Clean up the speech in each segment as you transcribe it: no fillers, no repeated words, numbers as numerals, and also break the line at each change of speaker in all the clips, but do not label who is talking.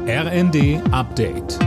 RND Update.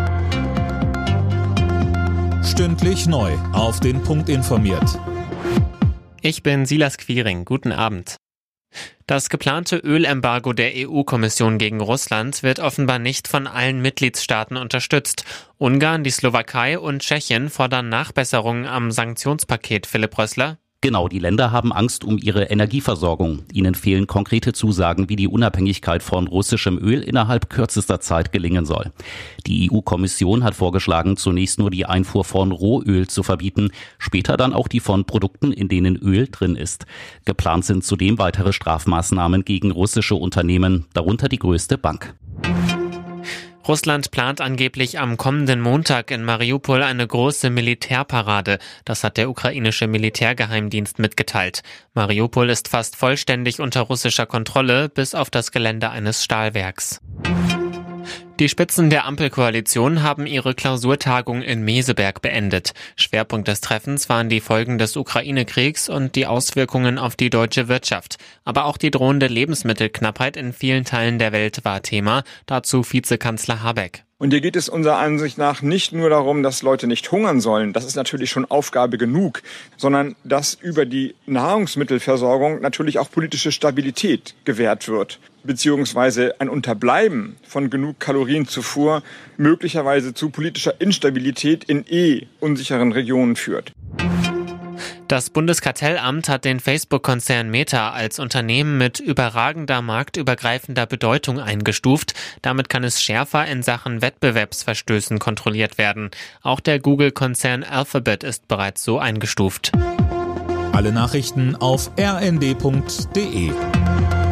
Stündlich neu auf den Punkt informiert.
Ich bin Silas Quiring. Guten Abend. Das geplante Ölembargo der EU-Kommission gegen Russland wird offenbar nicht von allen Mitgliedstaaten unterstützt. Ungarn, die Slowakei und Tschechien fordern Nachbesserungen am Sanktionspaket. Philipp Rössler.
Genau, die Länder haben Angst um ihre Energieversorgung. Ihnen fehlen konkrete Zusagen, wie die Unabhängigkeit von russischem Öl innerhalb kürzester Zeit gelingen soll. Die EU-Kommission hat vorgeschlagen, zunächst nur die Einfuhr von Rohöl zu verbieten, später dann auch die von Produkten, in denen Öl drin ist. Geplant sind zudem weitere Strafmaßnahmen gegen russische Unternehmen, darunter die größte Bank.
Russland plant angeblich am kommenden Montag in Mariupol eine große Militärparade. Das hat der ukrainische Militärgeheimdienst mitgeteilt. Mariupol ist fast vollständig unter russischer Kontrolle, bis auf das Gelände eines Stahlwerks. Die Spitzen der Ampelkoalition haben ihre Klausurtagung in Meseberg beendet. Schwerpunkt des Treffens waren die Folgen des Ukraine-Kriegs und die Auswirkungen auf die deutsche Wirtschaft. Aber auch die drohende Lebensmittelknappheit in vielen Teilen der Welt war Thema. Dazu Vizekanzler Habeck.
Und hier geht es unserer Ansicht nach nicht nur darum, dass Leute nicht hungern sollen, das ist natürlich schon Aufgabe genug, sondern dass über die Nahrungsmittelversorgung natürlich auch politische Stabilität gewährt wird, beziehungsweise ein Unterbleiben von genug Kalorienzufuhr möglicherweise zu politischer Instabilität in unsicheren Regionen führt.
Das Bundeskartellamt hat den Facebook-Konzern Meta als Unternehmen mit überragender marktübergreifender Bedeutung eingestuft. Damit kann es schärfer in Sachen Wettbewerbsverstößen kontrolliert werden. Auch der Google-Konzern Alphabet ist bereits so eingestuft.
Alle Nachrichten auf rnd.de.